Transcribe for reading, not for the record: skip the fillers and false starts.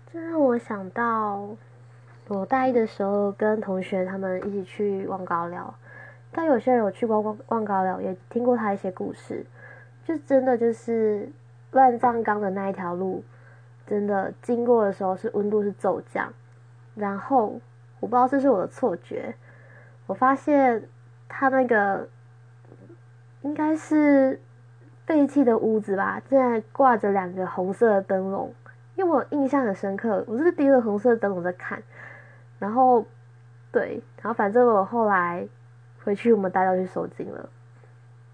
这让我想到我大一的时候跟同学他们一起去望高寮，但有些人有去过望高寮，也听过他一些故事，就真的就是乱葬岗的那一条路，真的经过的时候是温度是骤降，然后我不知道这是我的错觉，我发现他那个应该是废弃的屋子吧，竟然挂着2个红色的灯笼，因为我印象很深刻，我是盯着红色的灯笼在看，然后对，然后反正我后来回去我们大家去收金了，